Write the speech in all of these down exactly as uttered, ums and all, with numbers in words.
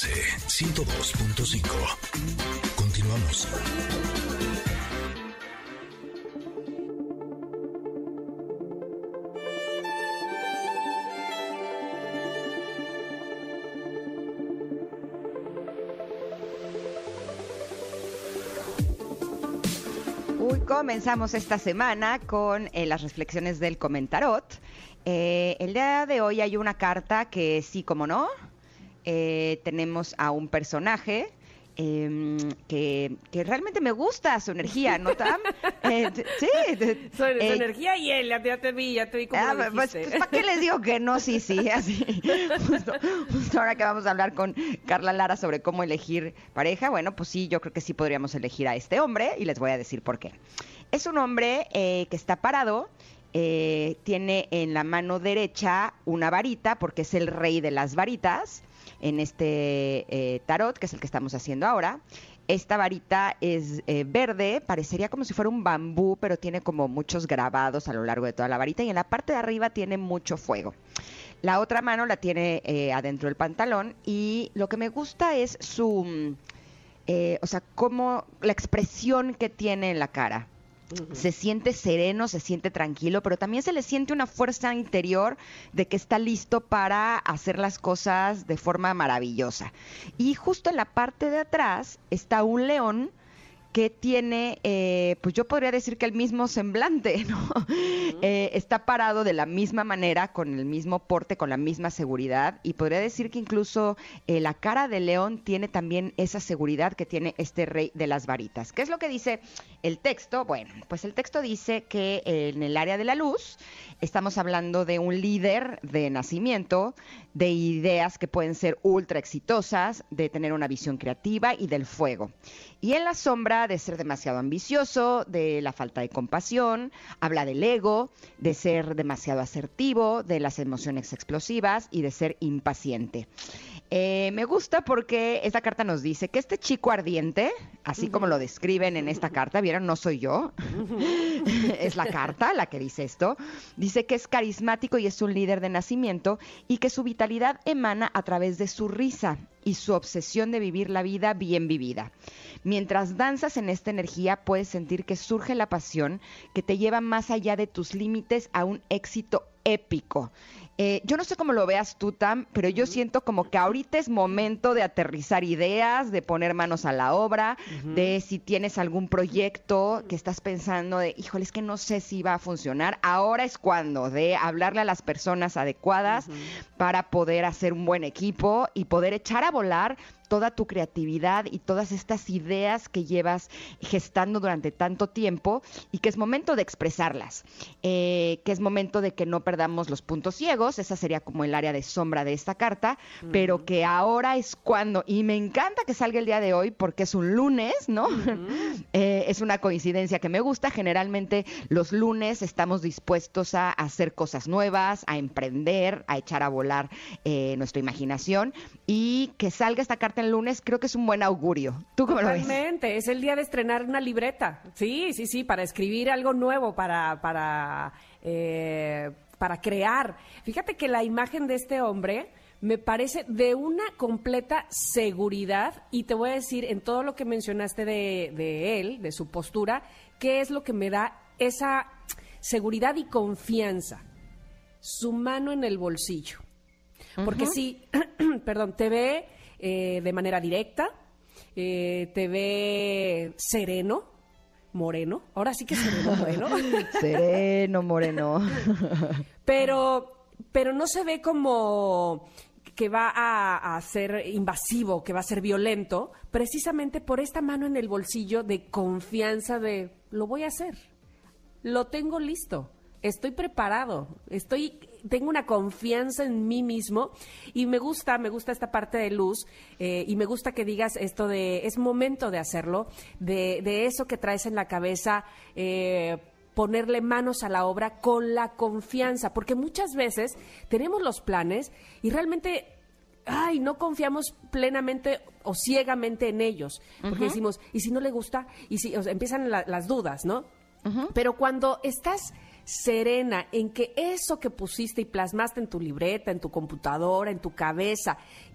B S ciento dos punto cinco. Continuamos. Uy, comenzamos esta semana con eh, las reflexiones del Comentarot. Eh, el día de hoy hay una carta que sí, como no, eh, tenemos a un personaje eh, que, que realmente me gusta su energía, ¿no, Tam? Eh, t- sí. t- Su, su eh, energía y él, ya te, ya te vi, ya te vi como Ah, lo pues, dijiste. pues, ¿para qué les digo que no? Sí, sí, así. Justo, justo ahora que vamos a hablar con Carla Lara sobre cómo elegir pareja, bueno, pues sí, yo creo que sí podríamos elegir a este hombre y les voy a decir por qué. Es un hombre eh, que está parado, eh, tiene en la mano derecha una varita, porque es el rey de las varitas en este eh, tarot, que es el que estamos haciendo ahora. Esta varita es eh, verde, parecería como si fuera un bambú, pero tiene como muchos grabados a lo largo de toda la varita y en la parte de arriba tiene mucho fuego. La otra mano la tiene eh, adentro del pantalón y lo que me gusta es su, eh, o sea, como la expresión que tiene en la cara. Uh-huh. Se siente sereno, se siente tranquilo, pero también se le siente una fuerza interior de que está listo para hacer las cosas de forma maravillosa. Y justo en la parte de atrás está un león que tiene, eh, pues yo podría decir que el mismo semblante, ¿no? Uh-huh. Eh, está parado de la misma manera, con el mismo porte, con la misma seguridad, y podría decir que incluso eh, la cara del león tiene también esa seguridad que tiene este rey de las varitas. ¿Qué es lo que dice el texto? Bueno, pues el texto dice que eh, en el área de la luz estamos hablando de un líder de nacimiento, de ideas que pueden ser ultra exitosas, de tener una visión creativa y del fuego. Y en la sombra de ser demasiado ambicioso, de la falta de compasión, habla del ego, de ser demasiado asertivo, de las emociones explosivas y de ser impaciente. Eh, me gusta porque esta carta nos dice que este chico ardiente, así como lo describen en esta carta, ¿vieron? No soy yo, es la carta la que dice esto, dice que es carismático y es un líder de nacimiento y que su vitalidad emana a través de su risa y su obsesión de vivir la vida bien vivida. Mientras danzas en esta energía, puedes sentir que surge la pasión que te lleva más allá de tus límites a un éxito épico. Eh, yo no sé cómo lo veas tú, Tam, pero yo siento como que ahorita es momento de aterrizar ideas, de poner manos a la obra, uh-huh. de si tienes algún proyecto que estás pensando de, híjole, es que no sé si va a funcionar. Ahora es cuando de hablarle a las personas adecuadas uh-huh. para poder hacer un buen equipo y poder echar a volar toda tu creatividad y todas estas ideas que llevas gestando durante tanto tiempo y que es momento de expresarlas, eh, que es momento de que no perdamos los puntos ciegos, esa sería como el área de sombra de esta carta, uh-huh. pero que ahora es cuando, y me encanta que salga el día de hoy porque es un lunes, ¿no? Uh-huh. eh, es una coincidencia que me gusta, generalmente los lunes estamos dispuestos a hacer cosas nuevas, a emprender, a echar a volar eh, nuestra imaginación y que salga esta carta el lunes creo que es un buen augurio. ¿Tú cómo Totalmente. lo ves? Totalmente, es el día de estrenar una libreta. Sí, sí, sí, para escribir algo nuevo, para, para, eh, para crear. Fíjate que la imagen de este hombre me parece de una completa seguridad y te voy a decir en todo lo que mencionaste de, de él, de su postura, qué es lo que me da esa seguridad y confianza. Su mano en el bolsillo. Porque uh-huh. sí, perdón, te ve eh, de manera directa, eh, te ve sereno, moreno, ahora sí que sereno, moreno. Sereno, moreno. Pero, pero no se ve como que va a, a ser invasivo, que va a ser violento, precisamente por esta mano en el bolsillo de confianza de, lo voy a hacer, lo tengo listo. Estoy preparado, estoy, tengo una confianza en mí mismo y me gusta, me gusta esta parte de luz eh, y me gusta que digas esto de, es momento de hacerlo, de, de eso que traes en la cabeza, eh, ponerle manos a la obra con la confianza, porque muchas veces tenemos los planes y realmente, ay, no confiamos plenamente o ciegamente en ellos, porque uh-huh. decimos, ¿y si no le gusta? Y si, o sea, empiezan la, las dudas, ¿no? Uh-huh. Pero cuando estás serena en que eso que pusiste y plasmaste en tu libreta, en tu computadora, en tu cabeza,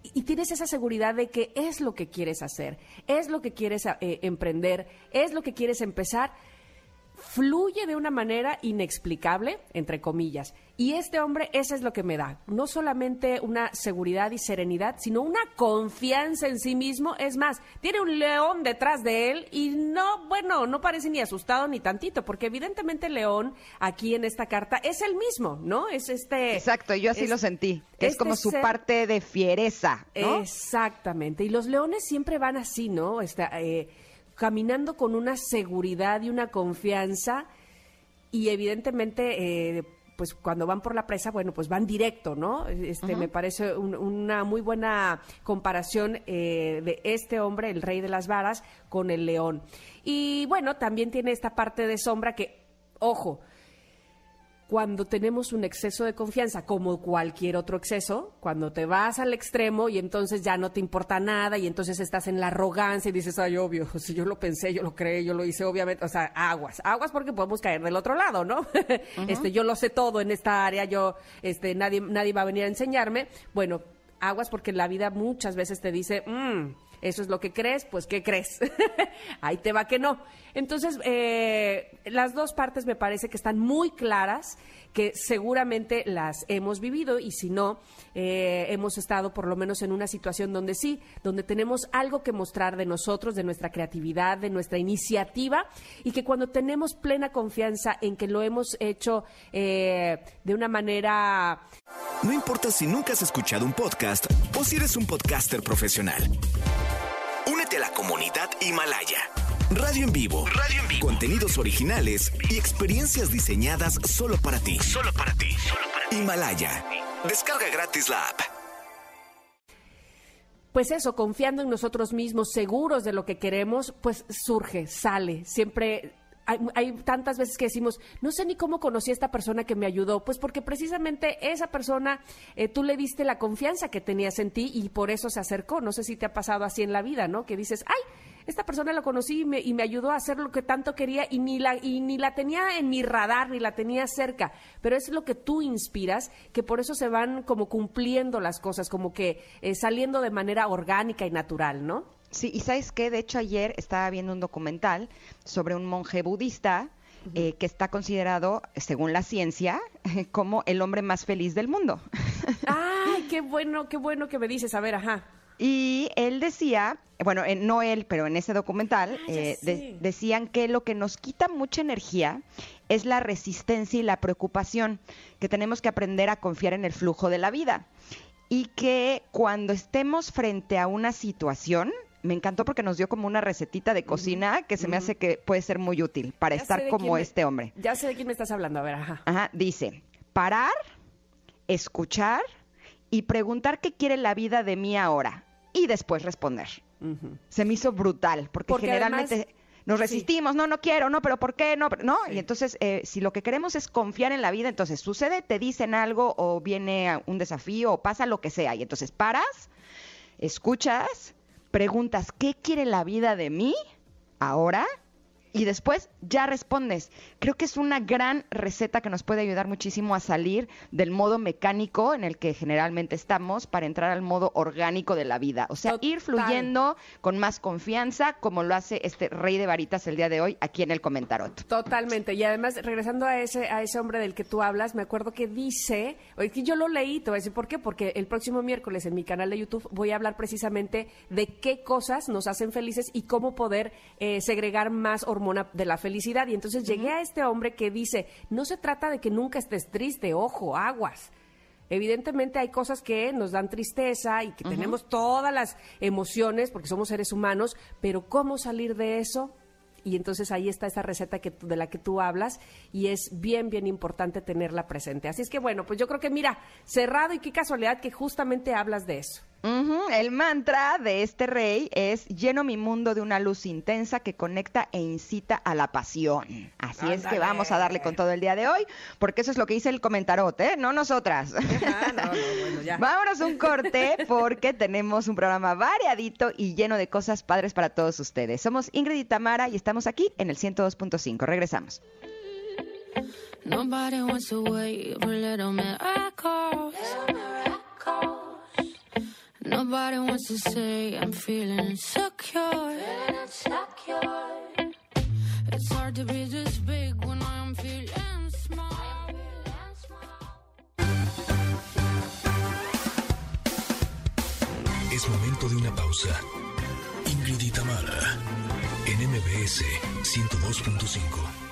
y tienes esa seguridad de que es lo que quieres hacer, es lo que quieres eh, emprender, es lo que quieres empezar, fluye de una manera inexplicable, entre comillas. Y este hombre, eso es lo que me da. No solamente una seguridad y serenidad, sino una confianza en sí mismo. Es más, tiene un león detrás de él y no, bueno, no parece ni asustado ni tantito, porque evidentemente el león aquí en esta carta es el mismo, ¿no? Es este... Exacto, yo así es, lo sentí. Que este es como su ser, parte de fiereza, ¿no? Exactamente. Y los leones siempre van así, ¿no? Este, eh, caminando con una seguridad y una confianza y evidentemente... Eh, pues cuando van por la presa, bueno, pues van directo, ¿no? Este, uh-huh. Me parece un, una muy buena comparación eh, de este hombre, el rey de las varas, con el león. Y bueno, también tiene esta parte de sombra que, ojo, cuando tenemos un exceso de confianza, como cualquier otro exceso, cuando te vas al extremo y entonces ya no te importa nada y entonces estás en la arrogancia y dices, ay, obvio, si yo lo pensé, yo lo creé, yo lo hice, obviamente, o sea, aguas, aguas porque podemos caer del otro lado, ¿no? Uh-huh. Este, yo lo sé todo en esta área, yo, este, nadie, nadie va a venir a enseñarme. Bueno, aguas porque la vida muchas veces te dice, mmm, eso es lo que crees, pues ¿qué crees? Ahí te va que no. Entonces, eh, las dos partes me parece que están muy claras, que seguramente las hemos vivido y si no, eh, hemos estado por lo menos en una situación donde sí, donde tenemos algo que mostrar de nosotros, de nuestra creatividad, de nuestra iniciativa y que cuando tenemos plena confianza en que lo hemos hecho eh, de una manera... No importa si nunca has escuchado un podcast o si eres un podcaster profesional. Únete a la comunidad Himalaya. Radio en vivo. Radio en vivo. Contenidos originales y experiencias diseñadas solo para ti. Solo para ti. Solo para ti. Himalaya. Descarga gratis la app. Pues eso, confiando en nosotros mismos, seguros de lo que queremos, pues surge, sale. Siempre... Hay, hay tantas veces que decimos, no sé ni cómo conocí a esta persona que me ayudó, pues porque precisamente esa persona, eh, tú le diste la confianza que tenías en ti y por eso se acercó. No sé si te ha pasado así en la vida, ¿no? Que dices, ay, esta persona la conocí y me, y me ayudó a hacer lo que tanto quería y ni la y ni la tenía en mi radar, ni la tenía cerca, pero es lo que tú inspiras, que por eso se van como cumpliendo las cosas, como que eh, saliendo de manera orgánica y natural, ¿no? Sí, y ¿sabes qué? De hecho, ayer estaba viendo un documental sobre un monje budista uh-huh. eh, que está considerado, según la ciencia, como el hombre más feliz del mundo. ¡Ay, qué bueno, qué bueno que me dices! A ver, ajá. Y él decía, bueno, eh, no él, pero en ese documental, ah, eh, de, decían que lo que nos quita mucha energía es la resistencia y la preocupación, que tenemos que aprender a confiar en el flujo de la vida. Y que cuando estemos frente a una situación... Me encantó porque nos dio como una recetita de cocina uh-huh. que se uh-huh. me hace que puede ser muy útil para ya estar como este me, hombre. Ya sé de quién me estás hablando, a ver, ajá. Ajá, dice, parar, escuchar y preguntar qué quiere la vida de mí ahora y después responder. Uh-huh. Se me hizo brutal porque, porque generalmente además, nos resistimos, sí. no, no quiero, no, pero ¿por qué? No, no. Sí. Y entonces, eh, si lo que queremos es confiar en la vida, entonces sucede, te dicen algo o viene un desafío o pasa lo que sea y entonces paras, escuchas, preguntas, ¿qué quiere la vida de mí ahora? Y después ya respondes. Creo que es una gran receta que nos puede ayudar muchísimo a salir del modo mecánico en el que generalmente estamos para entrar al modo orgánico de la vida. O sea, Total. ir fluyendo con más confianza, como lo hace este rey de varitas el día de hoy aquí en el Comentarot. Totalmente. Y además, regresando a ese a ese hombre del que tú hablas, me acuerdo que dice, oye, que yo lo leí, te voy a decir por qué, porque el próximo miércoles en mi canal de YouTube voy a hablar precisamente de qué cosas nos hacen felices y cómo poder eh, segregar más hormonas de la felicidad. Y entonces llegué uh-huh. a este hombre que dice, no se trata de que nunca estés triste, ojo, aguas. Evidentemente hay cosas que nos dan tristeza y que uh-huh. tenemos todas las emociones porque somos seres humanos, pero ¿cómo salir de eso? Y entonces ahí está esa receta que, de la que tú hablas y es bien, bien importante tenerla presente. Así es que bueno, pues yo creo que mira, cerrado y qué casualidad que justamente hablas de eso. Uh-huh. El mantra de este rey es: lleno mi mundo de una luz intensa que conecta e incita a la pasión. Así Ándale. Es que vamos a darle con todo el día de hoy, porque eso es lo que dice el Comentarot, ¿eh? No nosotras. Ah, no, no, bueno, ya. Vámonos un corte porque tenemos un programa variadito y lleno de cosas padres para todos ustedes. Somos Ingrid y Tamara y estamos aquí en el ciento dos punto cinco. Regresamos. Nobody wants to wait for little miracles. Little miracles. No Nobody wants to say I'm feeling insecure. It's hard to be this big when I'm feeling small. Es momento de una pausa. Ingrid y Tamara, en M B S ciento dos punto cinco.